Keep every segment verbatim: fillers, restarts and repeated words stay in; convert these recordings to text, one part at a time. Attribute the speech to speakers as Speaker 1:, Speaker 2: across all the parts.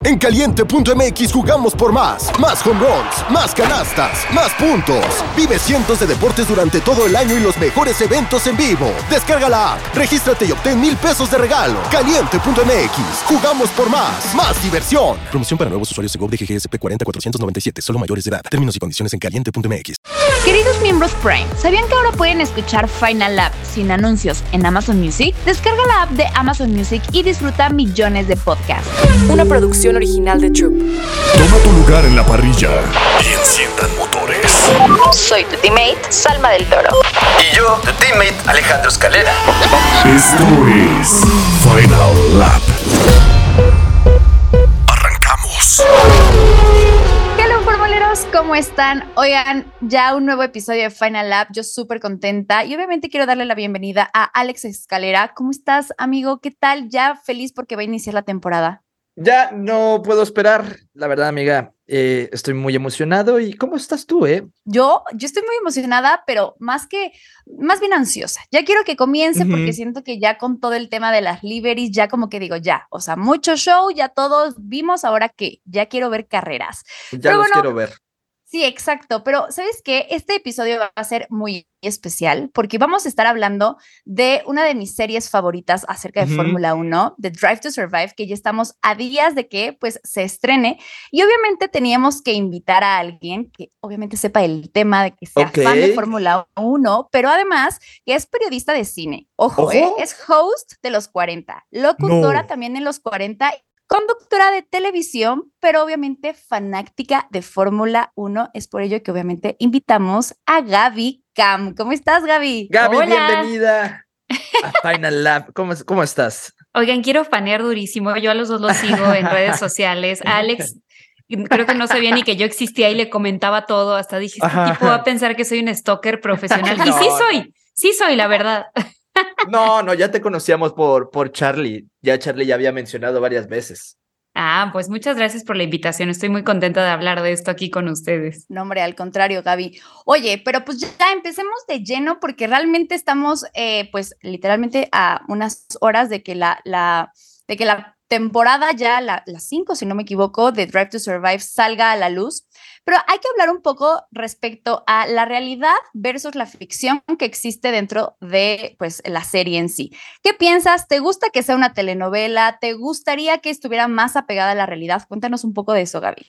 Speaker 1: En Caliente punto M X jugamos por más. Más home runs, más canastas, más puntos. Vive cientos de deportes durante todo el año y los mejores eventos en vivo. Descarga la app, regístrate y obtén mil pesos de regalo. Caliente punto M X. Jugamos por más. Más diversión. Promoción para nuevos usuarios de G O V de G G S P cuarenta cuatrocientos noventa y siete. Solo mayores de edad. Términos y condiciones en Caliente punto M X.
Speaker 2: Queridos miembros Prime, ¿sabían que ahora pueden escuchar Final Lap sin anuncios en Amazon Music? Descarga la app de Amazon Music y disfruta millones de podcasts.
Speaker 3: Una producción original de Troop.
Speaker 4: Toma tu lugar en la parrilla y enciendan motores.
Speaker 2: Soy tu teammate, Salma del Toro.
Speaker 5: Y yo, tu teammate, Alejandro Escalera.
Speaker 4: Esto es Final Lap. Arrancamos.
Speaker 2: Hola, formuleros, ¿cómo están? Oigan, ya un nuevo episodio de Final Lap. Yo súper contenta y obviamente quiero darle la bienvenida a Alex Escalera. ¿Cómo estás, amigo? ¿Qué tal? Ya feliz porque va a iniciar la temporada.
Speaker 6: Ya no puedo esperar, la verdad, amiga. Eh, estoy muy emocionado. ¿Y cómo estás tú, eh?
Speaker 2: Yo, yo estoy muy emocionada, pero más que, más bien ansiosa. Ya quiero que comience uh-huh. porque siento que ya con todo el tema de las liveries, ya como que digo, ya, o sea, mucho show, ya todos vimos, ahora que ya quiero ver carreras.
Speaker 6: Ya
Speaker 2: pero
Speaker 6: los
Speaker 2: bueno,
Speaker 6: quiero ver.
Speaker 2: Sí, exacto, pero ¿sabes qué? Este episodio va a ser muy especial porque vamos a estar hablando de una de mis series favoritas acerca de uh-huh. Fórmula uno, de Drive to Survive, que ya estamos a días de que pues se estrene y obviamente teníamos que invitar a alguien que obviamente sepa el tema, de que sea
Speaker 6: okay.
Speaker 2: fan de Fórmula uno, pero además que es periodista de cine. Ojo,
Speaker 6: ¿Ojo?
Speaker 2: ¿eh? Es host de los cuarenta, locutora
Speaker 6: no.
Speaker 2: también en los cuarenta, conductora de televisión, pero obviamente fanática de Fórmula uno. Es por ello que obviamente invitamos a Gaby Cam. ¿Cómo estás, Gaby?
Speaker 6: Gaby,
Speaker 7: Hola.
Speaker 6: Bienvenida a Final Lap. ¿Cómo, ¿Cómo estás?
Speaker 7: Oigan, quiero fanear durísimo. Yo a los dos los sigo en redes sociales. A Alex, creo que no sabía ni que yo existía y le comentaba todo. Hasta dije, este
Speaker 6: Ajá.
Speaker 7: tipo va a pensar que soy un stalker profesional.
Speaker 6: No,
Speaker 7: y sí soy,
Speaker 6: no.
Speaker 7: sí soy, la verdad.
Speaker 6: No, no, ya te conocíamos por, por Charlie. Ya Charlie ya había mencionado varias veces.
Speaker 7: Ah, pues muchas gracias por la invitación. Estoy muy contenta de hablar de esto aquí con ustedes.
Speaker 2: No, hombre, al contrario, Gaby. Oye, pero pues ya empecemos de lleno porque realmente estamos, eh, pues literalmente a unas horas de que la, la, de que la temporada ya, la, las cinco, si no me equivoco, de Drive to Survive salga a la luz. Pero hay que hablar un poco respecto a la realidad versus la ficción que existe dentro de pues, la serie en sí. ¿Qué piensas? ¿Te gusta que sea una telenovela? ¿Te gustaría que estuviera más apegada a la realidad? Cuéntanos un poco de eso, Gaby.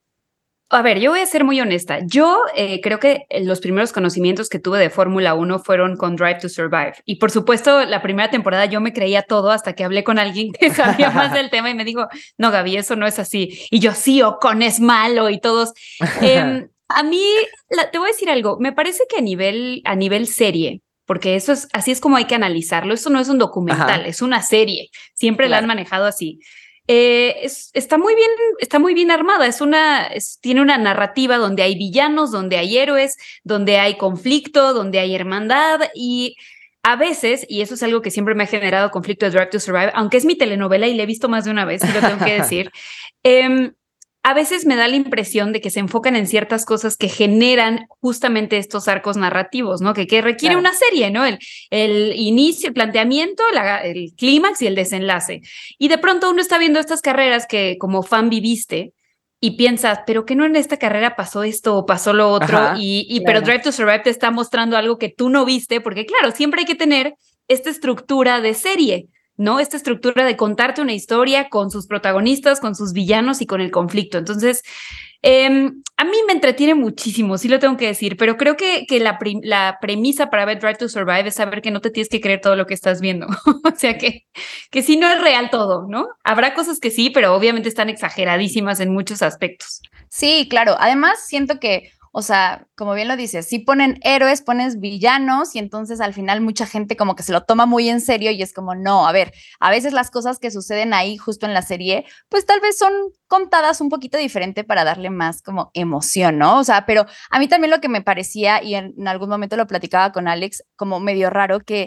Speaker 7: A ver, yo voy a ser muy honesta. Yo eh, creo que los primeros conocimientos que tuve de Fórmula uno fueron con Drive to Survive. Y por supuesto, la primera temporada yo me creía todo hasta que hablé con alguien que sabía más del tema y me dijo, no, Gaby, eso no es así. Y yo, sí, Ocon es malo y todos. Eh, a mí, la, te voy a decir algo, me parece que a nivel, a nivel serie, porque eso es, así es como hay que analizarlo. Eso no es un documental, Ajá. es una serie. Siempre claro. la han manejado así. Eh, es, está muy bien, está muy bien armada. Es una, es, tiene una narrativa donde hay villanos, donde hay héroes, donde hay conflicto, donde hay hermandad y a veces, y eso es algo que siempre me ha generado conflicto de Drive to Survive, aunque es mi telenovela y la he visto más de una vez, y lo tengo que decir. eh, A veces me da la impresión de que se enfocan en ciertas cosas que generan justamente estos arcos narrativos, ¿no? Que, que requiere claro. una serie, ¿no? El, el inicio, el planteamiento, la, el clímax y el desenlace. Y de pronto uno está viendo estas carreras que como fan viviste y piensas, pero que no en esta carrera pasó esto o pasó lo otro. Ajá, y, y claro. Pero Drive to Survive te está mostrando algo que tú no viste, porque claro, siempre hay que tener esta estructura de serie, ¿no? Esta estructura de contarte una historia con sus protagonistas, con sus villanos y con el conflicto. Entonces, eh, a mí me entretiene muchísimo, sí lo tengo que decir, pero creo que, que la, prim- la premisa para ver Drive to Survive es saber que no te tienes que creer todo lo que estás viendo. O sea, que, que sí no es real todo, ¿no? Habrá cosas que sí, pero obviamente están exageradísimas en muchos aspectos.
Speaker 2: Sí, claro. Además, siento que o sea, como bien lo dices, si ponen héroes, pones villanos y entonces al final mucha gente como que se lo toma muy en serio y es como, no, a ver, a veces las cosas que suceden ahí justo en la serie, pues tal vez son contadas un poquito diferente para darle más como emoción, ¿no? O sea, pero a mí también lo que me parecía, y en, en algún momento lo platicaba con Alex, como medio raro, que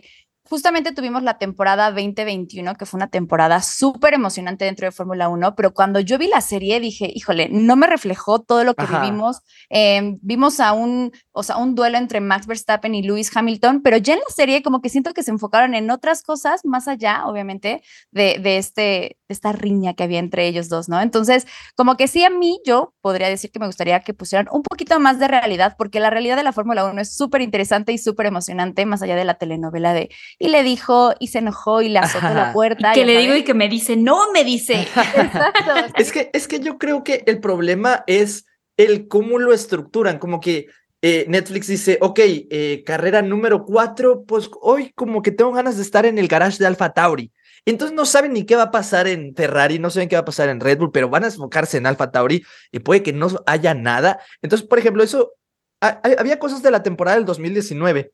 Speaker 2: justamente tuvimos la temporada veinte veintiuno, que fue una temporada súper emocionante dentro de Fórmula uno, pero cuando yo vi la serie dije, híjole, no me reflejó todo lo que
Speaker 6: Ajá.
Speaker 2: vivimos. Eh, vimos a un, o sea, un duelo entre Max Verstappen y Lewis Hamilton, pero ya en la serie como que siento que se enfocaron en otras cosas más allá, obviamente, de, de, este, de esta riña que había entre ellos dos, ¿no? Entonces, como que sí, a mí yo podría decir que me gustaría que pusieran un poquito más de realidad, porque la realidad de la Fórmula uno es súper interesante y súper emocionante, más allá de la telenovela de y le dijo y se enojó y le azotó
Speaker 6: Ajá.
Speaker 2: la puerta.
Speaker 7: Y que le
Speaker 2: sabes.
Speaker 7: digo y que me dice, no, me dice.
Speaker 2: Exacto.
Speaker 6: Es que, es que yo creo que el problema es el cómo lo estructuran, como que eh, Netflix dice, ok, eh, carrera número cuatro, pues hoy como que tengo ganas de estar en el garage de Alfa Tauri. Entonces no saben ni qué va a pasar en Ferrari, no saben qué va a pasar en Red Bull, pero van a enfocarse en Alfa Tauri y puede que no haya nada. Entonces, por ejemplo, eso, a, a, había cosas de la temporada del dos mil diecinueve,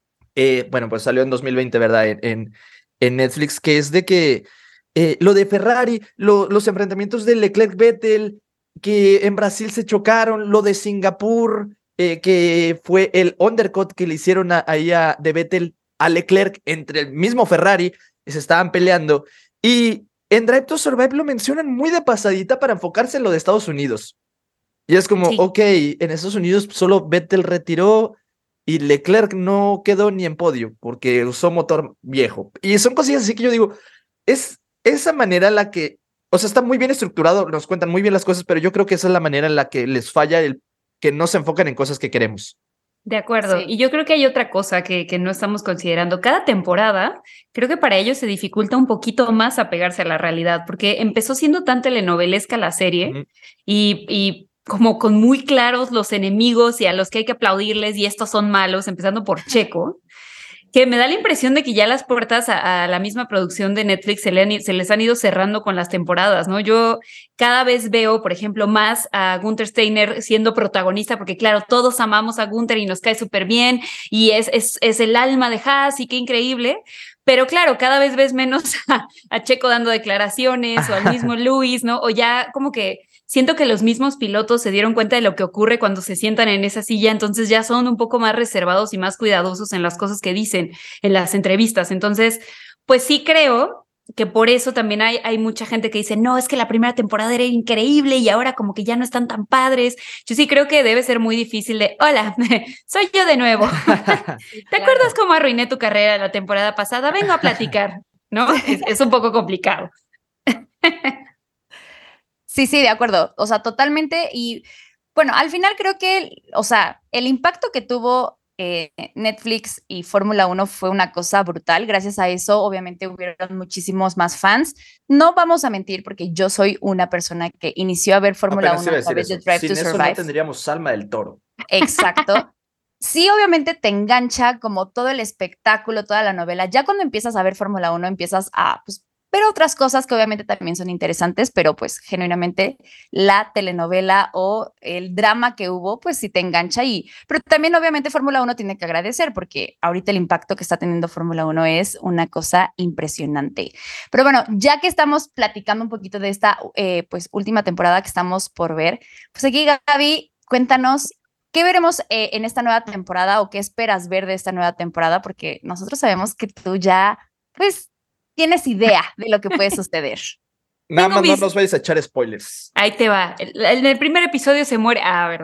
Speaker 6: eh, bueno, pues salió en dos mil veinte, ¿verdad? En, en, en Netflix, que es de que eh, lo de Ferrari, lo, los enfrentamientos de Leclerc-Vettel, que en Brasil se chocaron, lo de Singapur, eh, que fue el undercut que le hicieron a, ahí a, de Vettel a Leclerc entre el mismo Ferrari, y se estaban peleando, y en Drive to Survive lo mencionan muy de pasadita para enfocarse en lo de Estados Unidos. Y es como,
Speaker 7: Sí.
Speaker 6: ok, en Estados Unidos solo Vettel retiró y Leclerc no quedó ni en podio porque usó motor viejo. Y son cosillas así que yo digo, es esa manera en la que, o sea, está muy bien estructurado, nos cuentan muy bien las cosas, pero yo creo que esa es la manera en la que les falla el que no se enfocan en cosas que queremos.
Speaker 7: De acuerdo.
Speaker 2: Sí.
Speaker 7: Y yo creo que hay otra cosa que, que no estamos considerando. Cada temporada, creo que para ellos se dificulta un poquito más apegarse a la realidad, porque empezó siendo tan telenovelesca la serie
Speaker 6: Ujú.
Speaker 7: y, y como con muy claros los enemigos y a los que hay que aplaudirles y estos son malos, empezando por Checo, que me da la impresión de que ya las puertas a, a la misma producción de Netflix se, le han, se les han ido cerrando con las temporadas, ¿no? Yo cada vez veo, por ejemplo, más a Gunther Steiner siendo protagonista, porque claro, todos amamos a Gunther y nos cae súper bien y es, es, es el alma de Haas y qué increíble, pero claro, cada vez ves menos a, a Checo dando declaraciones o al mismo Lewis, ¿no? O ya como que siento que los mismos pilotos se dieron cuenta de lo que ocurre cuando se sientan en esa silla, entonces ya son un poco más reservados y más cuidadosos en las cosas que dicen en las entrevistas. Entonces, pues sí creo que por eso también hay, hay mucha gente que dice, no, es que la primera temporada era increíble y ahora como que ya no están tan padres. Yo sí creo que debe ser muy difícil de, hola, soy yo de nuevo.
Speaker 2: Sí,
Speaker 7: ¿Te
Speaker 2: claro.
Speaker 7: acuerdas cómo arruiné tu carrera la temporada pasada? Vengo a platicar, ¿no? Es, es un poco complicado.
Speaker 2: Sí, sí, de acuerdo. O sea, totalmente. Y bueno, al final creo que, o sea, el impacto que tuvo eh, Netflix y Fórmula uno fue una cosa brutal. Gracias a eso, obviamente, hubieron muchísimos más fans. No vamos a mentir, porque yo soy una persona que inició a ver Fórmula
Speaker 6: Apenas
Speaker 2: uno
Speaker 6: iba a
Speaker 2: a
Speaker 6: decir
Speaker 2: través de
Speaker 6: eso.
Speaker 2: Drive
Speaker 6: Sin
Speaker 2: to
Speaker 6: eso
Speaker 2: Survive.
Speaker 6: no tendríamos Salma del Toro.
Speaker 2: Exacto. Sí, obviamente te engancha como todo el espectáculo, toda la novela. Ya cuando empiezas a ver Fórmula uno, empiezas a pues, ver otras cosas que obviamente también son interesantes, pero pues genuinamente la telenovela o el drama que hubo, pues sí te engancha. Y, pero también obviamente Fórmula uno tiene que agradecer porque ahorita el impacto que está teniendo Fórmula uno es una cosa impresionante. Pero bueno, ya que estamos platicando un poquito de esta eh, pues última temporada que estamos por ver, pues aquí Gaby, cuéntanos. ¿Qué veremos eh, en esta nueva temporada o qué esperas ver de esta nueva temporada? Porque nosotros sabemos que tú ya, pues, tienes idea de lo que puede suceder.
Speaker 6: Nada
Speaker 7: Tengo
Speaker 6: más no
Speaker 7: mis-
Speaker 6: nos vayas a echar spoilers.
Speaker 7: Ahí te va. El- En el primer episodio se muere. Ah, ¿verdad?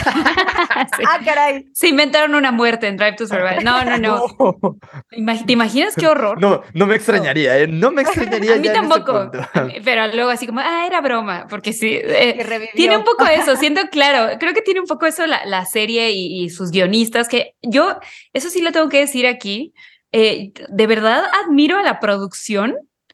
Speaker 6: Ah.
Speaker 7: Sí.
Speaker 2: ¡Ah, caray!
Speaker 7: Se inventaron una muerte en Drive to Survive. No, no, no.
Speaker 6: No,
Speaker 7: Imag- ¿Te imaginas qué horror?
Speaker 6: no, no me extrañaría, ¿eh? No me extrañaría
Speaker 7: A mí
Speaker 6: ya en ese
Speaker 7: tampoco.
Speaker 6: punto.
Speaker 7: A mí- Pero luego así como, ah, era broma. Porque sí. eh,
Speaker 2: Que revivió.
Speaker 7: tiene un poco eso. Siento, claro, creo que tiene un poco eso la, la serie y, y sus guionistas. Que yo, eso sí lo tengo que decir aquí. eh, de verdad admiro a la producción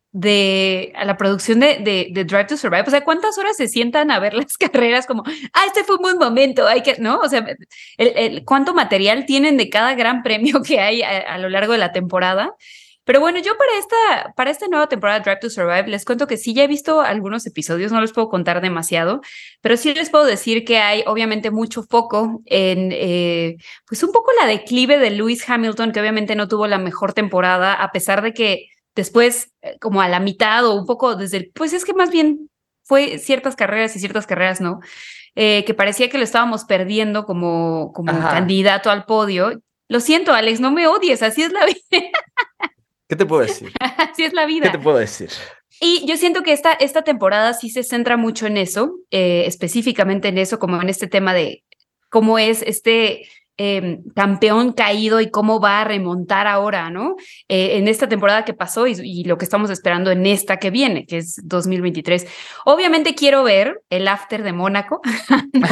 Speaker 7: de a la producción de, de, de Drive to Survive. O sea, ¿cuántas horas se sientan a ver las carreras como, ah, este fue un buen momento, hay que, ¿no? O sea, el, el, cuánto material tienen de cada gran premio que hay a, a lo largo de la temporada. Pero bueno, yo para esta, para esta nueva temporada de Drive to Survive les cuento que sí ya he visto algunos episodios, no les puedo contar demasiado, pero sí les puedo decir que hay obviamente mucho foco en, eh, pues un poco la declive de Lewis Hamilton, que obviamente no tuvo la mejor temporada, a pesar de que después, eh, como a la mitad o un poco desde el, pues es que más bien fue ciertas carreras y ciertas carreras no, eh, que parecía que lo estábamos perdiendo como, como
Speaker 6: Ajá.
Speaker 7: candidato al podio. Lo siento, Alex, no me odies, así es la vida.
Speaker 6: ¿Qué te puedo decir?
Speaker 7: Así es la vida.
Speaker 6: ¿Qué te puedo decir?
Speaker 7: Y yo siento que esta, esta temporada sí se centra mucho en eso, eh, específicamente en eso, como en este tema de cómo es este eh, campeón caído y cómo va a remontar ahora, ¿no? Eh, en esta temporada que pasó y, y lo que estamos esperando en esta que viene, que es dos mil veintitrés. Obviamente quiero ver el after de Mónaco.
Speaker 6: No,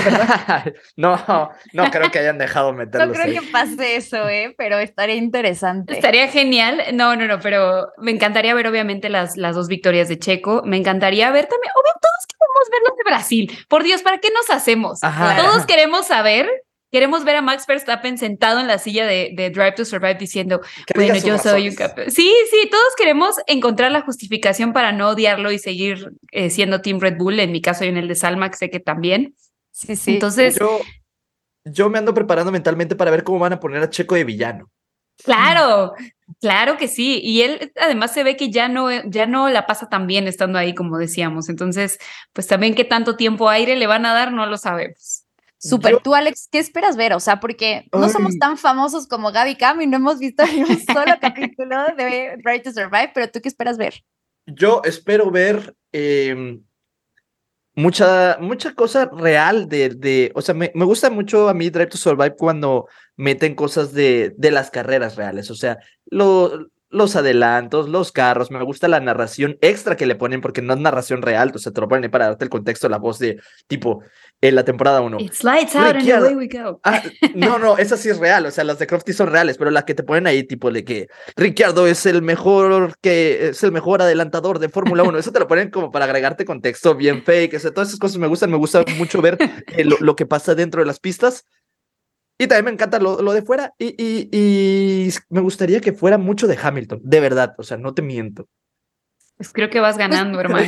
Speaker 6: no, no creo que hayan dejado meterlos.
Speaker 2: No creo
Speaker 6: ahí.
Speaker 2: que pase eso, ¿eh? Pero estaría interesante.
Speaker 7: Estaría genial. No, no, no, pero me encantaría ver obviamente las, las dos victorias de Checo. Me encantaría ver también, obvio, todos queremos ver los de Brasil. Por Dios, ¿para qué nos hacemos?
Speaker 6: Ajá.
Speaker 7: Todos queremos saber, queremos ver a Max Verstappen sentado en la silla de, de Drive to Survive diciendo,
Speaker 6: Que
Speaker 7: bueno,
Speaker 6: diga sus
Speaker 7: yo soy un
Speaker 6: razones.
Speaker 7: campeón. Sí, sí, todos queremos encontrar la justificación para no odiarlo y seguir eh, siendo Team Red Bull. En mi caso y en el de Salma, que sé que también.
Speaker 2: Sí, sí.
Speaker 7: Entonces,
Speaker 6: Yo, yo me ando preparando mentalmente para ver cómo van a poner a Checo de villano.
Speaker 7: claro, claro que sí. Y él además se ve que ya no, ya no la pasa tan bien estando ahí, como decíamos. Entonces, pues también qué tanto tiempo aire le van a dar, no lo sabemos.
Speaker 2: Súper.
Speaker 6: Yo-
Speaker 2: Tú, Alex, ¿qué esperas ver? O sea, porque no
Speaker 6: Ay.
Speaker 2: somos tan famosos como Gaby Cam y no hemos visto ni un solo capítulo de Drive to Survive, pero ¿tú qué esperas ver?
Speaker 6: Yo espero ver eh, mucha, mucha cosa real de, de o sea, me, me gusta mucho a mí Drive to Survive cuando meten cosas de, de las carreras reales, o sea, lo, los adelantos, los carros, me gusta la narración extra que le ponen porque no es narración real, o sea, te lo ponen ahí para darte el contexto, la voz de tipo en la temporada uno.
Speaker 7: It's lights out and
Speaker 6: Ricciardo.
Speaker 7: away we go.
Speaker 6: Ah, no, no, esa sí es real, o sea, las de Crofty son reales, pero las que te ponen ahí, tipo de que Ricciardo es el mejor que es el mejor adelantador de Fórmula uno, eso te lo ponen como para agregarte contexto bien fake, o sea, todas esas cosas me gustan, me gusta mucho ver eh, lo, lo que pasa dentro de las pistas, y también me encanta lo, lo de fuera, y, y, y me gustaría que fuera mucho de Hamilton, de verdad, o sea, no te miento.
Speaker 7: Pues creo que vas ganando, hermano.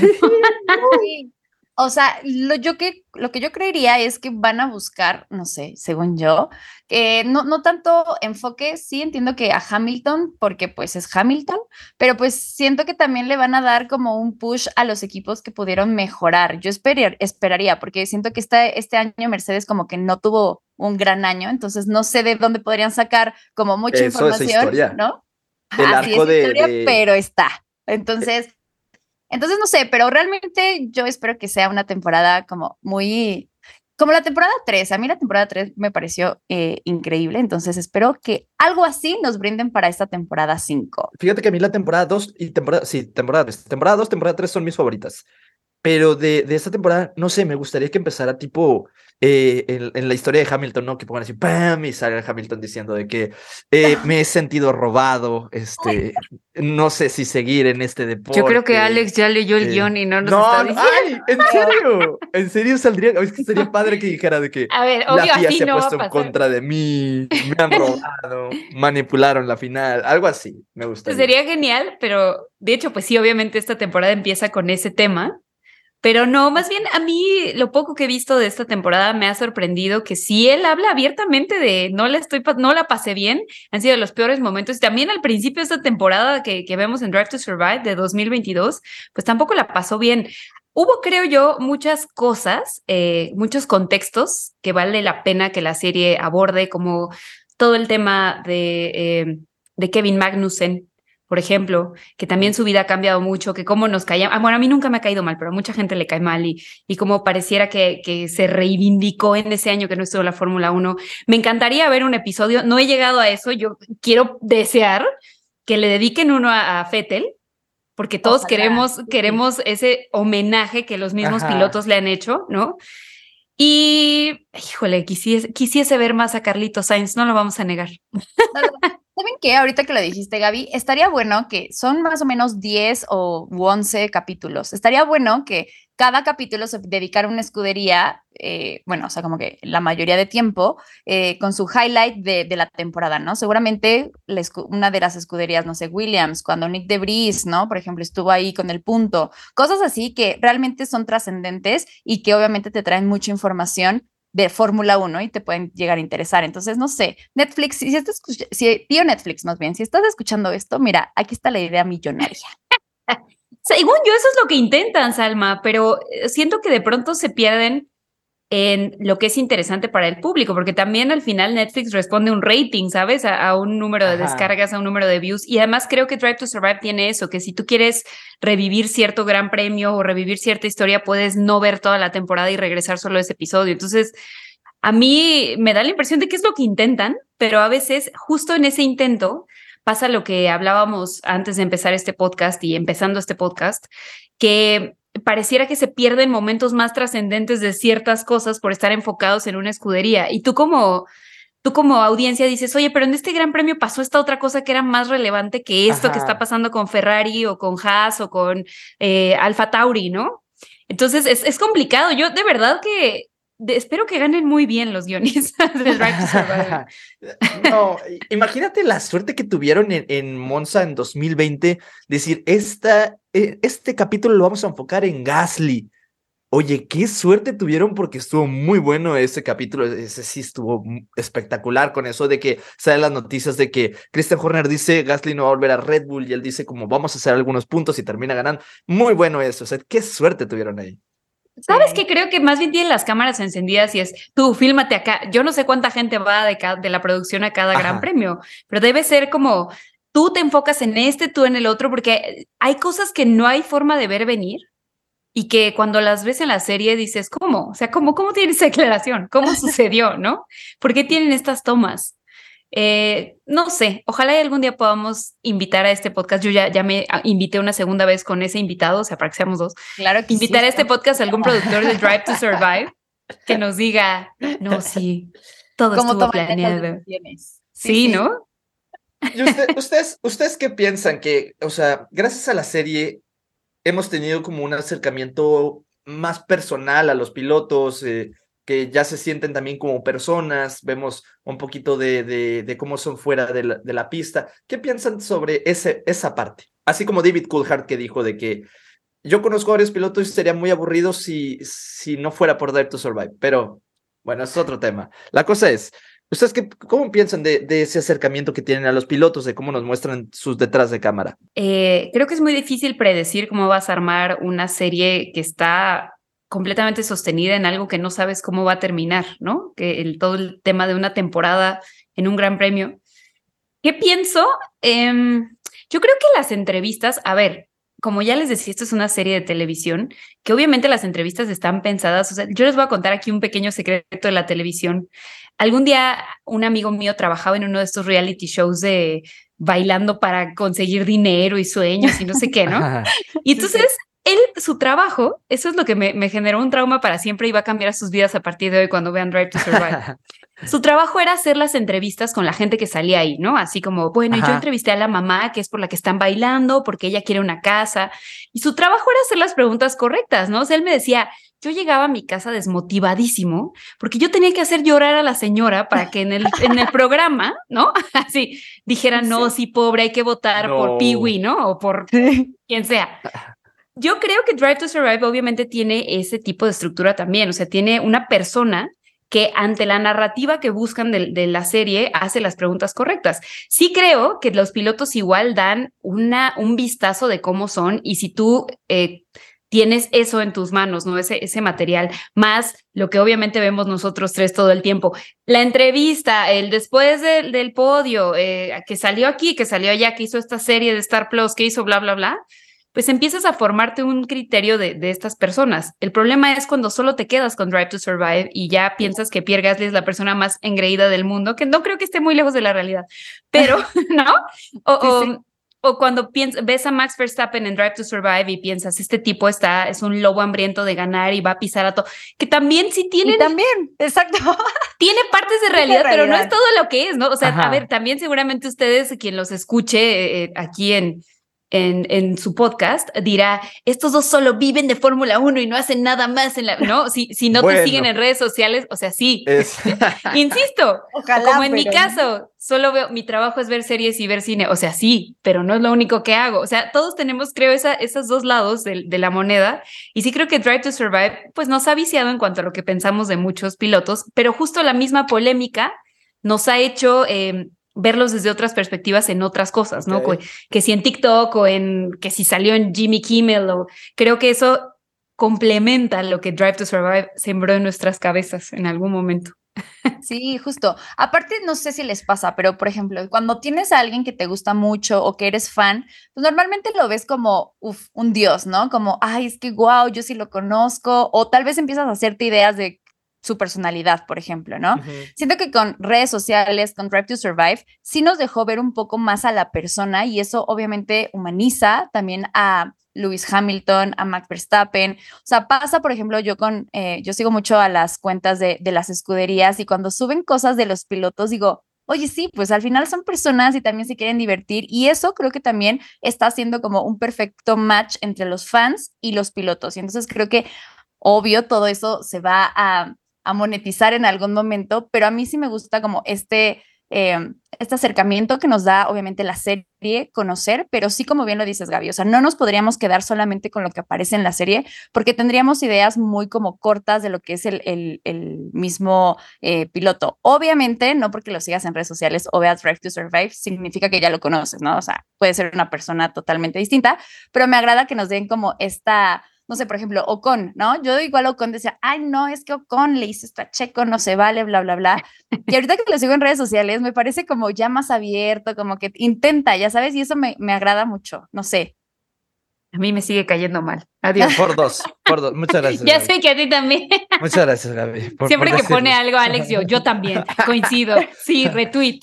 Speaker 2: Sí. O sea, lo, yo que, lo que yo creería es que van a buscar, no sé, según yo, que no, no tanto enfoque, sí entiendo que a Hamilton, porque pues es Hamilton, pero pues siento que también le van a dar como un push a los equipos que pudieron mejorar. Yo esperar, esperaría, porque siento que este, este año Mercedes como que no tuvo un gran año, entonces no sé de dónde podrían sacar como mucha
Speaker 6: Eso, esa
Speaker 2: información,
Speaker 6: historia.
Speaker 2: ¿no?
Speaker 6: El
Speaker 2: Así
Speaker 6: arco
Speaker 2: es
Speaker 6: de-
Speaker 2: historia,
Speaker 6: de-
Speaker 2: pero está. Entonces... Entonces, no sé, pero realmente yo espero que sea una temporada como muy, como la temporada tres. A mí la temporada tres me pareció eh, increíble, entonces espero que algo así nos brinden para esta temporada cinco.
Speaker 6: Fíjate que a mí la temporada dos y temporada, sí, temporada tres, temporada dos, temporada tres son mis favoritas. Pero de, de esta temporada, no sé, me gustaría que empezara tipo eh, en, en la historia de Hamilton, ¿no? Que pongan así, ¡pam! Y salga Hamilton diciendo de que eh, me he sentido robado, este, no sé si seguir en este deporte.
Speaker 7: Yo creo que Alex ya leyó el
Speaker 6: eh,
Speaker 7: guión y no nos
Speaker 6: no,
Speaker 7: está
Speaker 6: no,
Speaker 7: diciendo.
Speaker 6: ¡ay! ¿En serio? ¿En serio saldría? Es que sería padre que dijera de que
Speaker 7: A ver,
Speaker 6: la
Speaker 7: obvio,
Speaker 6: F I A
Speaker 7: así
Speaker 6: se ha
Speaker 7: no va a
Speaker 6: puesto en
Speaker 7: pasar.
Speaker 6: contra de mí, me han robado, manipularon la final, algo así, me gustaría.
Speaker 7: Sería genial, pero de hecho, pues sí, obviamente esta temporada empieza con ese tema. Pero no, más bien a mí lo poco que he visto de esta temporada me ha sorprendido que si él habla abiertamente de no la estoy no la pasé bien, han sido los peores momentos. Y también al principio de esta temporada que, que vemos en Drive to Survive de dos mil veintidós, pues tampoco la pasó bien. Hubo, creo yo, muchas cosas, eh, muchos contextos que vale la pena que la serie aborde, como todo el tema de, eh, de Kevin Magnussen, por ejemplo, que también su vida ha cambiado mucho, que cómo nos caía, ah, bueno, a mí nunca me ha caído mal, pero a mucha gente le cae mal y, y cómo pareciera que, que se reivindicó en ese año que no estuvo en la Fórmula uno. Me encantaría ver un episodio, no he llegado a eso, yo quiero desear que le dediquen uno a, a Vettel, porque todos
Speaker 2: Ojalá,
Speaker 7: queremos,
Speaker 2: sí.
Speaker 7: queremos ese homenaje que los mismos
Speaker 6: Ajá.
Speaker 7: pilotos le han hecho, ¿no? Y, híjole, quisiese, quisiese ver más a Carlitos Sainz, no lo vamos a negar.
Speaker 2: ¿Saben qué? Ahorita que lo dijiste, Gaby, estaría bueno que son más o menos diez o once capítulos. Estaría bueno que cada capítulo se dedicara a una escudería, eh, bueno, o sea, como que la mayoría de tiempo, eh, con su highlight de, de la temporada, ¿no? Seguramente la escu- una de las escuderías, no sé, Williams, cuando Nick de Vries, ¿no? Por ejemplo, estuvo ahí con el punto. Cosas así que realmente son trascendentes y que obviamente te traen mucha información de Fórmula uno y te pueden llegar a interesar. Entonces, no sé, Netflix, si estás escuch- si, tío Netflix más bien, si estás escuchando esto, mira, aquí está la idea millonaria.
Speaker 7: Según yo, eso es lo que intentan, Salma, pero eh, siento que de pronto se pierden en lo que es interesante para el público, porque también al final Netflix responde un rating, ¿sabes? A, a un número de Ajá. descargas, a un número de views, y además creo que Drive to Survive tiene eso, que si tú quieres revivir cierto gran premio o revivir cierta historia, puedes no ver toda la temporada y regresar solo a ese episodio. Entonces, a mí me da la impresión de que es lo que intentan, pero a veces justo en ese intento pasa lo que hablábamos antes de empezar este podcast y empezando este podcast, que pareciera que se pierden momentos más trascendentes de ciertas cosas por estar enfocados en una escudería. Y tú como, tú como audiencia dices, oye, pero en este gran premio pasó esta otra cosa que era más relevante que esto Ajá. que está pasando con Ferrari o con Haas o con eh, Alfa Tauri, ¿no? Entonces es, es complicado. Yo de verdad que de, espero que ganen muy bien los guionistas de Drive to Survive.
Speaker 6: No, imagínate la suerte que tuvieron en, en Monza en dos mil veinte, decir, esta, este capítulo lo vamos a enfocar en Gasly. Oye, qué suerte tuvieron porque estuvo muy bueno ese capítulo, ese sí estuvo espectacular con eso de que salen las noticias de que Christian Horner dice Gasly no va a volver a Red Bull y él dice como vamos a hacer algunos puntos y termina ganando. Muy bueno eso, o sea, qué suerte tuvieron ahí.
Speaker 7: ¿Sabes sí. qué? Creo que más bien tienen las cámaras encendidas y es, tú, fílmate acá. Yo no sé cuánta gente va de, ca- de la producción a cada Ajá. gran premio, pero debe ser como, tú te enfocas en este, tú en el otro, porque hay cosas que no hay forma de ver venir y que cuando las ves en la serie dices, ¿cómo? O sea, ¿cómo, cómo tiene esa declaración? ¿Cómo sucedió, no? ¿Por qué tienen estas tomas? Eh, no sé, ojalá y algún día podamos invitar a este podcast. Yo ya, ya me invité una segunda vez con ese invitado, o sea, para que seamos dos.
Speaker 2: Claro que
Speaker 7: Invitar
Speaker 2: sí,
Speaker 7: a este podcast a algún productor de Drive to Survive que nos diga, no, sí, todo estuvo planeado. Sí, sí, sí, ¿no?
Speaker 6: ¿Y usted, ustedes, ustedes qué piensan? Que, o sea, gracias a la serie hemos tenido como un acercamiento más personal a los pilotos, eh, que ya se sienten también como personas, vemos un poquito de, de, de cómo son fuera de la, de la pista. ¿Qué piensan sobre ese, esa parte? Así como David Coulthard, que dijo de que yo conozco a varios pilotos y sería muy aburrido si, si no fuera por Drive to Survive, pero bueno, es otro tema. La cosa es, ¿ustedes qué, cómo piensan de, de ese acercamiento que tienen a los pilotos, de cómo nos muestran sus detrás de cámara?
Speaker 7: Eh, creo que es muy difícil predecir cómo vas a armar una serie que está completamente sostenida en algo que no sabes cómo va a terminar, ¿no? Que el, todo el tema de una temporada en un gran premio. ¿Qué pienso? Eh, yo creo que las entrevistas, a ver, como ya les decía, esto es una serie de televisión, que obviamente las entrevistas están pensadas, o sea, yo les voy a contar aquí un pequeño secreto de la televisión. Algún día un amigo mío trabajaba en uno de estos reality shows de bailando para conseguir dinero y sueños y no sé qué, ¿no? Y entonces... Sí, sí. Él, su trabajo, eso es lo que me, me generó un trauma para siempre y va a cambiar sus vidas a partir de hoy cuando vean Drive to Survive. Su trabajo era hacer las entrevistas con la gente que salía ahí, ¿no? Así como, bueno, Ajá. yo entrevisté a la mamá, que es por la que están bailando, porque ella quiere una casa. Y su trabajo era hacer las preguntas correctas, ¿no? O sea, él me decía, yo llegaba a mi casa desmotivadísimo porque yo tenía que hacer llorar a la señora para que en el, en el programa, ¿no? Así dijera, no, sí, sí pobre, hay que votar no. por Pee-wee, ¿no? O por quien sea. Yo creo que Drive to Survive obviamente tiene ese tipo de estructura también, o sea, tiene una persona que ante la narrativa que buscan de, de la serie hace las preguntas correctas. Sí creo que los pilotos igual dan una, un vistazo de cómo son y si tú eh, tienes eso en tus manos, ¿no? Ese, ese material, más lo que obviamente vemos nosotros tres todo el tiempo. La entrevista, el después de, del podio, eh, que salió aquí, que salió allá, que hizo esta serie de Star Plus, que hizo bla, bla, bla, pues empiezas a formarte un criterio de, de estas personas. El problema es cuando solo te quedas con Drive to Survive y ya piensas que Pierre Gasly es la persona más engreída del mundo, que no creo que esté muy lejos de la realidad, pero, ¿no? O, sí, o, sí. o cuando piensas, ves a Max Verstappen en Drive to Survive y piensas, este tipo está, es un lobo hambriento de ganar y va a pisar a todo, que también sí tiene...
Speaker 2: Y también, exacto.
Speaker 7: Tiene partes de realidad, realidad, pero no es todo lo que es, ¿no? O sea, Ajá. a ver, también seguramente ustedes, quien los escuche eh, aquí en... En, en su podcast, dirá, estos dos solo viven de Fórmula uno y no hacen nada más en la... ¿no? Si, si no bueno. te siguen en redes sociales, o sea, sí. Es... Insisto, Ojalá, como en pero... mi caso, solo veo, mi trabajo es ver series y ver cine, o sea, sí, pero no es lo único que hago. O sea, todos tenemos, creo, esa, esos dos lados de, de la moneda, y sí creo que Drive to Survive, pues nos ha viciado en cuanto a lo que pensamos de muchos pilotos, pero justo la misma polémica nos ha hecho... Eh, verlos desde otras perspectivas en otras cosas, ¿no? Okay. Que, que si en TikTok o en que si salió en Jimmy Kimmel, o creo que eso complementa lo que Drive to Survive sembró en nuestras cabezas en algún momento.
Speaker 2: Sí, justo. Aparte, no sé si les pasa, pero por ejemplo, cuando tienes a alguien que te gusta mucho o que eres fan, pues normalmente lo ves como uf, un dios, ¿no? Como, ay, es que wow, yo sí lo conozco. O tal vez empiezas a hacerte ideas de su personalidad, por ejemplo, ¿no?
Speaker 6: Uh-huh.
Speaker 2: Siento que con redes sociales, con Drive to Survive, sí nos dejó ver un poco más a la persona y eso obviamente humaniza también a Lewis Hamilton, a Max Verstappen. O sea, pasa, por ejemplo, yo con, eh, yo sigo mucho a las cuentas de, de las escuderías y cuando suben cosas de los pilotos digo, oye, sí, pues al final son personas y también se quieren divertir y eso creo que también está haciendo como un perfecto match entre los fans y los pilotos. Y entonces creo que, obvio, todo eso se va a, a monetizar en algún momento, pero a mí sí me gusta como este... Eh, este acercamiento que nos da obviamente la serie, conocer, pero sí, como bien lo dices, Gaby, o sea, no nos podríamos quedar solamente con lo que aparece en la serie, porque tendríamos ideas muy como cortas de lo que es el, el, el mismo eh, piloto. Obviamente, no porque lo sigas en redes sociales o veas Drive to Survive, significa que ya lo conoces, ¿no? O sea, puede ser una persona totalmente distinta, pero me agrada que nos den como esta... No sé, por ejemplo, Ocon, ¿no? Yo igual Ocon decía, ay, no, es que Ocon le hizo esto a Checo, no se vale, bla, bla, bla. Y ahorita que lo sigo en redes sociales, me parece como ya más abierto, como que intenta, ya sabes, y eso me, me agrada mucho, no sé.
Speaker 7: A mí me sigue cayendo mal. Adiós.
Speaker 6: Por dos, por dos. Muchas gracias.
Speaker 7: Ya
Speaker 6: Gaby.
Speaker 7: sé que a ti también.
Speaker 6: Muchas gracias, Gaby. Por,
Speaker 7: Siempre
Speaker 6: por
Speaker 7: que
Speaker 6: decirlo.
Speaker 7: pone algo, Alex, yo, yo también, coincido. Sí, retweet.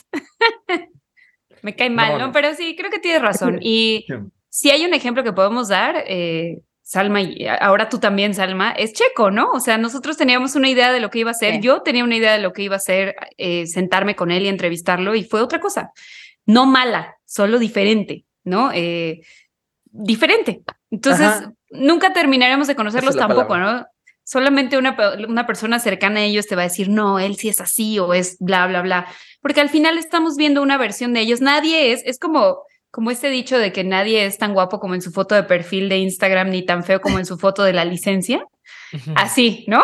Speaker 7: Me cae mal,
Speaker 6: No,
Speaker 7: ¿no?
Speaker 6: no.
Speaker 7: Pero sí, creo que tienes razón. Y si hay un ejemplo que podemos dar, eh, Salma, y ahora tú también, Salma, es Checo, ¿no? O sea, nosotros teníamos una idea de lo que iba a ser,
Speaker 2: Sí.
Speaker 7: yo tenía una idea de lo que iba a ser, eh, sentarme con él y entrevistarlo, y fue otra cosa. No mala, solo diferente, ¿no? Eh, diferente. Entonces,
Speaker 6: Ajá.
Speaker 7: nunca terminaremos de conocerlos
Speaker 6: Esa es la
Speaker 7: tampoco,
Speaker 6: palabra.
Speaker 7: ¿no? Solamente una, una persona cercana a ellos te va a decir, no, él sí es así o es bla, bla, bla. Porque al final estamos viendo una versión de ellos. Nadie es, es como... Como este dicho de que nadie es tan guapo como en su foto de perfil de Instagram, ni tan feo como en su foto de la licencia.
Speaker 6: Ujú.
Speaker 7: Así, ¿no?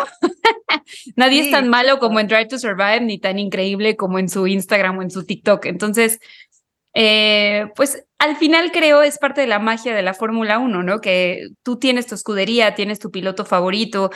Speaker 7: Nadie
Speaker 2: Sí,
Speaker 7: es tan malo como en Drive to Survive, ni tan increíble como en su Instagram o en su TikTok. Entonces, eh, pues al final creo es parte de la magia de la Fórmula uno, ¿no? Que tú tienes tu escudería, tienes tu piloto favorito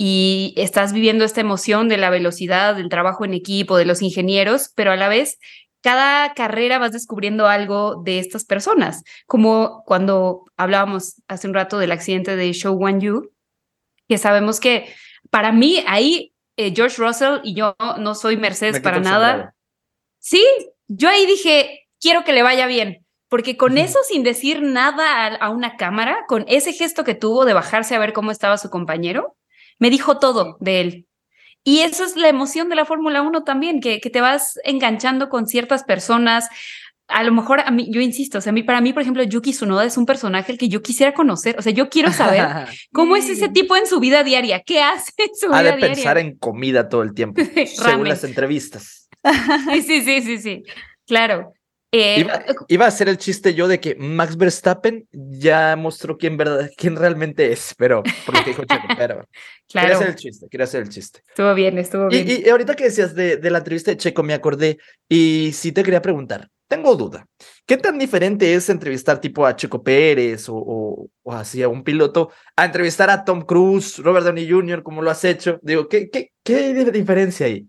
Speaker 7: y estás viviendo esta emoción de la velocidad, del trabajo en equipo, de los ingenieros, pero a la vez cada carrera vas descubriendo algo de estas personas, como cuando hablábamos hace un rato del accidente de Zhou Guanyu, que sabemos que para mí ahí eh, George Russell y yo no soy Mercedes
Speaker 6: Me quito
Speaker 7: para
Speaker 6: el
Speaker 7: nada.
Speaker 6: sombrero.
Speaker 7: Sí, yo ahí dije, quiero que le vaya bien, porque con
Speaker 6: Ujú.
Speaker 7: eso, sin decir nada a, a una cámara, con ese gesto que tuvo de bajarse a ver cómo estaba su compañero, me dijo todo de él. Y eso es la emoción de la Fórmula uno también, que, que te vas enganchando con ciertas personas. A lo mejor, a mí, yo insisto, o sea, a mí, para mí, por ejemplo, Yuki Tsunoda es un personaje al que yo quisiera conocer. O sea, yo quiero saber cómo es ese tipo en su vida diaria, qué hace en su
Speaker 6: Ha
Speaker 7: vida
Speaker 6: de
Speaker 7: diaria.
Speaker 6: pensar en comida todo el tiempo, según
Speaker 7: Ramen.
Speaker 6: las entrevistas.
Speaker 7: Sí, sí, sí, sí, sí. Claro. Eh,
Speaker 6: Iba, iba a hacer el chiste yo de que Max Verstappen ya mostró quién, verdad, quién realmente es, pero por lo que dijo Checo, pero quería
Speaker 7: claro,
Speaker 6: hacer el chiste, quería hacer el chiste.
Speaker 7: estuvo bien, estuvo bien.
Speaker 6: Y, y ahorita que decías de, de la entrevista de Checo, me acordé y sí te quería preguntar, tengo duda, ¿qué tan diferente es entrevistar tipo a Checo Pérez o, o, o así a un piloto a entrevistar a Tom Cruise, Robert Downey junior, como lo has hecho? Digo, ¿qué, qué, qué hay de diferencia ahí?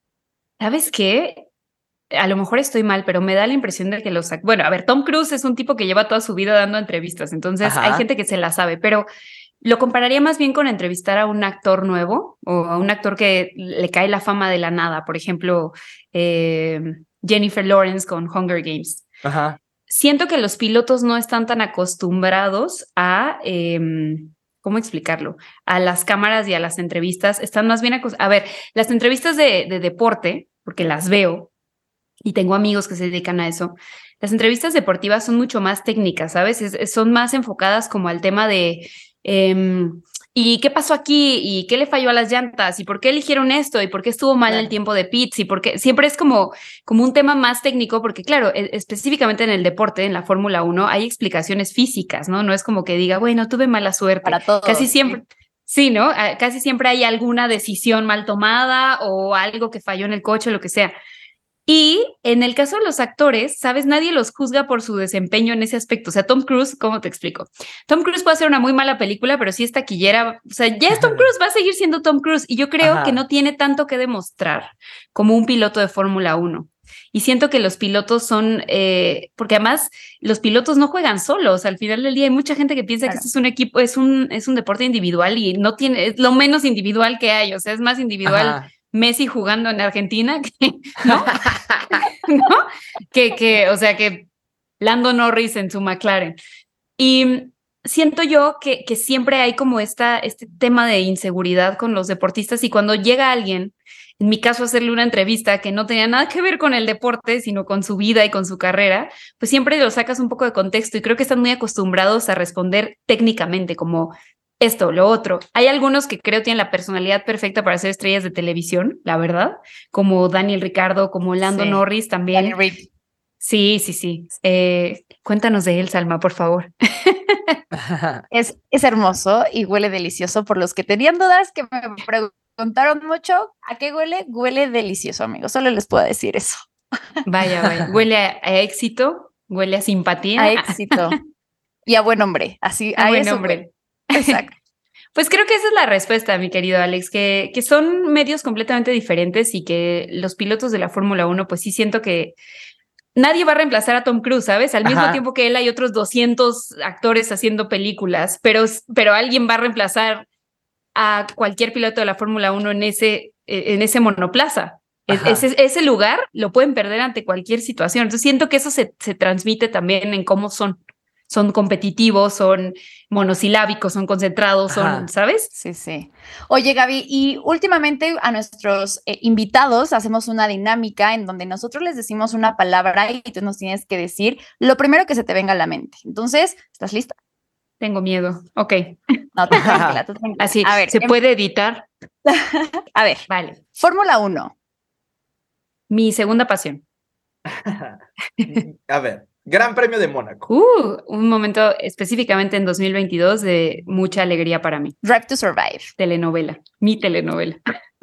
Speaker 7: ¿Sabes qué? A lo mejor estoy mal, pero me da la impresión de que los... Bueno, a ver, Tom Cruise es un tipo que lleva toda su vida dando entrevistas, entonces
Speaker 6: Ajá.
Speaker 7: hay gente que se la sabe, pero lo compararía más bien con entrevistar a un actor nuevo o a un actor que le cae la fama de la nada, por ejemplo, eh, Jennifer Lawrence con Hunger Games.
Speaker 6: Ajá.
Speaker 7: Siento que los pilotos no están tan acostumbrados a... Eh, ¿cómo explicarlo? A las cámaras y a las entrevistas. Están más bien... acos- A ver, las entrevistas de, de deporte, porque las veo, y tengo amigos que se dedican a eso, las entrevistas deportivas son mucho más técnicas, ¿sabes? Es, es, son más enfocadas como al tema de eh, ¿y qué pasó aquí? ¿Y qué le falló a las llantas? ¿Y por qué eligieron esto? ¿Y por qué estuvo mal
Speaker 2: Claro.
Speaker 7: el tiempo de pits? ¿Y por qué? Siempre es como, como un tema más técnico, porque claro, e- específicamente en el deporte, en la Fórmula uno, hay explicaciones físicas, ¿no? No es como que diga, bueno, tuve mala suerte.
Speaker 2: Para todo.
Speaker 7: Casi siempre... Sí, ¿no? Ah, casi siempre hay alguna decisión mal tomada o algo que falló en el coche, lo que sea. Y en el caso de los actores, ¿sabes? Nadie los juzga por su desempeño en ese aspecto. O sea, Tom Cruise, ¿cómo te explico? Tom Cruise puede hacer una muy mala película, pero si es taquillera, o sea, ya es Tom Cruise, va a seguir siendo Tom Cruise. Y yo creo Ajá. que no tiene tanto que demostrar como un piloto de Fórmula uno. Y siento que los pilotos son, eh, porque además los pilotos no juegan solos. Al final del día hay mucha gente que piensa claro. que este es un equipo, es un, es un deporte individual y no tiene, es lo menos individual que hay. O sea, es más individual Ajá. Messi jugando en Argentina que, ¿no? ¿no? Que, que, o sea, que Lando Norris en su McLaren. Y siento yo que, que siempre hay como esta, este tema de inseguridad con los deportistas y cuando llega alguien, en mi caso hacerle una entrevista que no tenía nada que ver con el deporte, sino con su vida y con su carrera, pues siempre lo sacas un poco de contexto y creo que están muy acostumbrados a responder técnicamente como esto, lo otro. Hay algunos que creo tienen la personalidad perfecta para ser estrellas de televisión, la verdad, como Daniel Ricciardo, como Lando sí. Norris también. Sí, sí, sí. Eh, cuéntanos de él, Salma, por favor.
Speaker 2: es, es hermoso y huele delicioso. Por los que tenían dudas, que me preguntaron mucho, ¿a qué huele? Huele delicioso, amigos. Solo les puedo decir eso.
Speaker 7: Vaya, vaya. Huele a, a éxito, huele a simpatía.
Speaker 2: A éxito. Y a buen hombre. Así,
Speaker 7: a, a buen
Speaker 2: eso
Speaker 7: hombre.
Speaker 2: Huele. Exacto.
Speaker 7: Pues creo que esa es la respuesta, mi querido Alex, que, que son medios completamente diferentes y que los pilotos de la Fórmula uno, pues sí siento que nadie va a reemplazar a Tom Cruise, ¿sabes? Al mismo Ajá. tiempo que él hay otros doscientos actores haciendo películas, pero, pero alguien va a reemplazar a cualquier piloto de la Fórmula uno en ese, en ese monoplaza. Ese, ese lugar lo pueden perder ante cualquier situación. Entonces siento que eso se, se transmite también en cómo son. Son competitivos, son monosilábicos, son concentrados, son, Ajá. ¿sabes?
Speaker 2: Sí, sí. Oye, Gaby, y últimamente a nuestros eh, invitados hacemos una dinámica en donde nosotros les decimos una palabra y tú nos tienes que decir lo primero que se te venga a la mente. Entonces, ¿estás lista?
Speaker 7: Tengo miedo. Ok.
Speaker 2: No, tú tranquila, tú tranquila.
Speaker 7: Así, a ver, ¿se em... puede editar?
Speaker 2: A ver,
Speaker 7: vale.
Speaker 2: Fórmula uno.
Speaker 7: Mi segunda pasión.
Speaker 6: A ver. Gran Premio de Mónaco.
Speaker 7: Uh, un momento específicamente en dos mil veintidós de mucha alegría para mí.
Speaker 2: Drive to Survive.
Speaker 7: Telenovela, mi telenovela.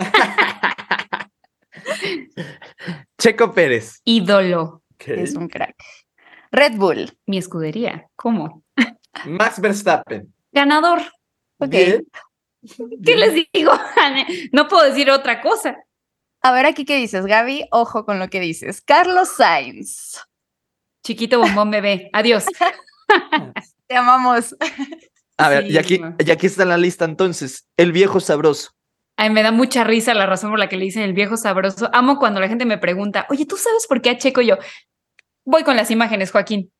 Speaker 6: Checo Pérez.
Speaker 7: Ídolo.
Speaker 6: Okay.
Speaker 2: Es un crack. Red Bull.
Speaker 7: Mi escudería. ¿Cómo?
Speaker 6: Max Verstappen.
Speaker 7: Ganador.
Speaker 2: Ok.
Speaker 6: Bien.
Speaker 7: ¿Qué les digo? No puedo decir otra cosa.
Speaker 2: A ver aquí qué dices, Gaby. Ojo con lo que dices. Carlos Sainz.
Speaker 7: Chiquito bombón bebé. Adiós.
Speaker 2: Te amamos.
Speaker 6: A ver, sí, y aquí, y aquí está la lista entonces. El viejo sabroso.
Speaker 7: Ay, me da mucha risa la razón por la que le dicen el viejo sabroso. Amo cuando la gente me pregunta, oye, ¿tú sabes por qué a Checo? Yo voy con las imágenes, Joaquín.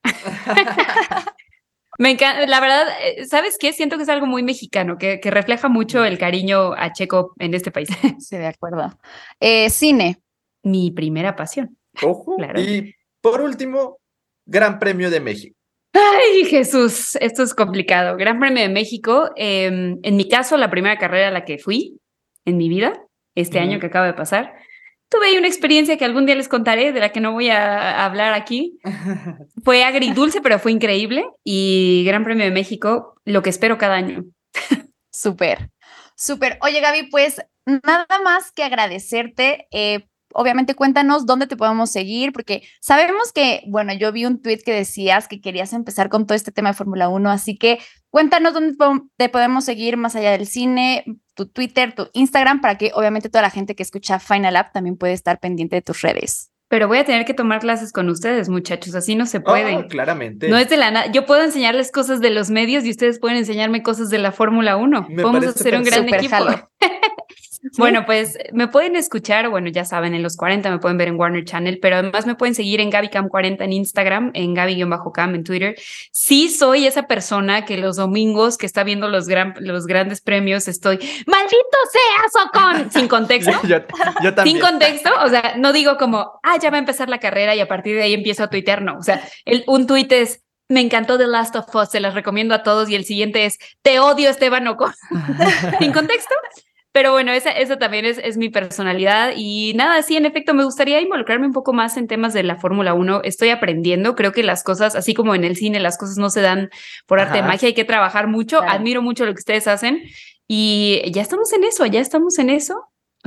Speaker 7: Me encanta, la verdad, ¿sabes qué? Siento que es algo muy mexicano, que, que refleja mucho el cariño a Checo en este país.
Speaker 2: Sí, de acuerdo. Eh, cine.
Speaker 7: Mi primera pasión.
Speaker 6: Ojo. Claro. Y por último, Gran Premio de México.
Speaker 7: Ay, Jesús, esto es complicado. Gran Premio de México, eh, en mi caso, la primera carrera a la que fui en mi vida, este mm. año que acaba de pasar, tuve ahí una experiencia que algún día les contaré, de la que no voy a hablar aquí. Fue agridulce, pero fue increíble. Y Gran Premio de México, lo que espero cada año.
Speaker 2: Súper, súper. Oye, Gaby, pues nada más que agradecerte. Eh, Obviamente cuéntanos dónde te podemos seguir, porque sabemos que, bueno, yo vi un tweet que decías que querías empezar con todo este tema de Fórmula uno, así que cuéntanos dónde te podemos seguir más allá del cine, tu Twitter, tu Instagram, para que obviamente toda la gente que escucha Final Up también puede estar pendiente de tus redes.
Speaker 7: Pero voy a tener que tomar clases con ustedes, muchachos, así no se puede.
Speaker 6: Oh, claramente.
Speaker 7: No es de la nada. Yo puedo enseñarles cosas de los medios y ustedes pueden enseñarme cosas de la Fórmula uno.
Speaker 6: Me
Speaker 7: Podemos hacer un gran equipo.
Speaker 2: ¿Sí?
Speaker 7: Bueno, pues me pueden escuchar, bueno, ya saben, en los cuarenta me pueden ver en Warner Channel, pero además me pueden seguir en GabyCam cuarenta en Instagram, en Gaby-Cam en Twitter. Sí soy esa persona que los domingos que está viendo los, gran, los grandes premios estoy, ¡maldito seas, Ocon! Sin contexto.
Speaker 6: yo, yo también.
Speaker 7: Sin contexto, o sea, no digo como, ah, ya va a empezar la carrera y a partir de ahí empiezo a tuitear, no. O sea, el, un tuit es, me encantó The Last of Us, se las recomiendo a todos, y el siguiente es, te odio, Esteban Ocon. Sin contexto. Pero bueno, esa, esa también es, es mi personalidad y nada, sí, en efecto, me gustaría involucrarme un poco más en temas de la Fórmula uno. Estoy aprendiendo, creo que las cosas, así como en el cine, las cosas no se dan por arte de magia, hay que trabajar mucho, claro. Admiro mucho lo que ustedes hacen y ya estamos en eso, ya estamos en eso.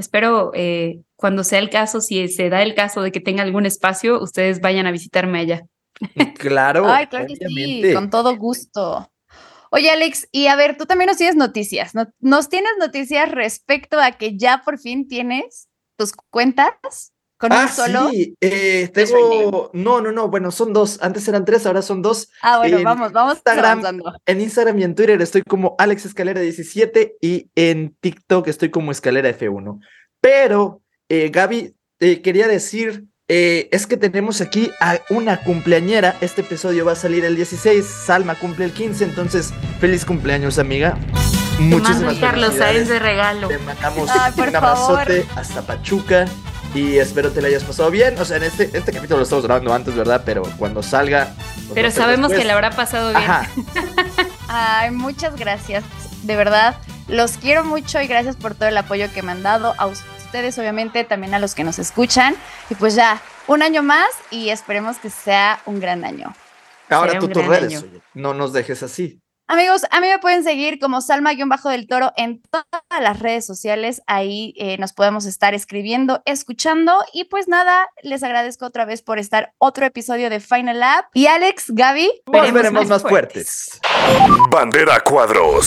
Speaker 7: espero eh, cuando sea el caso, si se da el caso de que tenga algún espacio, ustedes vayan a visitarme allá.
Speaker 6: Claro.
Speaker 2: Ay, claro que sí, con todo gusto. Oye, Alex, y a ver, tú también nos tienes noticias, ¿no? ¿Nos tienes noticias respecto a que ya por fin tienes tus cuentas con
Speaker 6: ah,
Speaker 2: un solo?
Speaker 6: Sí, eh, tengo, no, no, no, bueno, son dos, antes eran tres, ahora son dos.
Speaker 2: Ah, bueno,
Speaker 6: en
Speaker 2: vamos, vamos
Speaker 6: Instagram,
Speaker 2: avanzando.
Speaker 6: En Instagram y en Twitter estoy como Alex Escalera diecisiete y en TikTok estoy como Escalera F uno. Pero, eh, Gaby, te quería decir, eh, es que tenemos aquí a una cumpleañera. Este episodio va a salir el dieciséis, Salma cumple el quince, entonces feliz cumpleaños, amiga. Muchísimas
Speaker 7: Carlos Sáenz
Speaker 6: felicidades.
Speaker 7: de regalo.
Speaker 6: Te mandamos
Speaker 2: Ay, por
Speaker 6: un abrazote hasta Pachuca y espero te la hayas pasado bien. O sea, en este, este capítulo lo estamos grabando antes, ¿verdad? Pero cuando salga... pues,
Speaker 7: Pero sabemos
Speaker 6: después.
Speaker 7: que la habrá pasado bien.
Speaker 6: Ajá.
Speaker 2: Ay, muchas gracias, de verdad, los quiero mucho y gracias por todo el apoyo que me han dado, a ustedes obviamente, también a los que nos escuchan, y pues ya, un año más y esperemos que sea un gran año.
Speaker 6: Ahora
Speaker 7: Será
Speaker 6: tú
Speaker 7: un
Speaker 6: tus
Speaker 7: gran
Speaker 6: redes,
Speaker 7: año.
Speaker 6: oye, no nos dejes así.
Speaker 2: Amigos, a mí me pueden seguir como Salma-del Toro en todas las redes sociales. Ahí eh, nos podemos estar escribiendo, escuchando. Y pues nada, les agradezco otra vez por estar otro episodio de Final Lap. Y Alex, Gaby,
Speaker 6: Nos veremos más fuertes.
Speaker 4: Bandera Cuadros.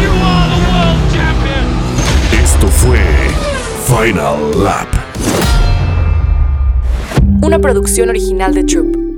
Speaker 4: Esto fue Final Lap.
Speaker 3: Una producción original de Troop.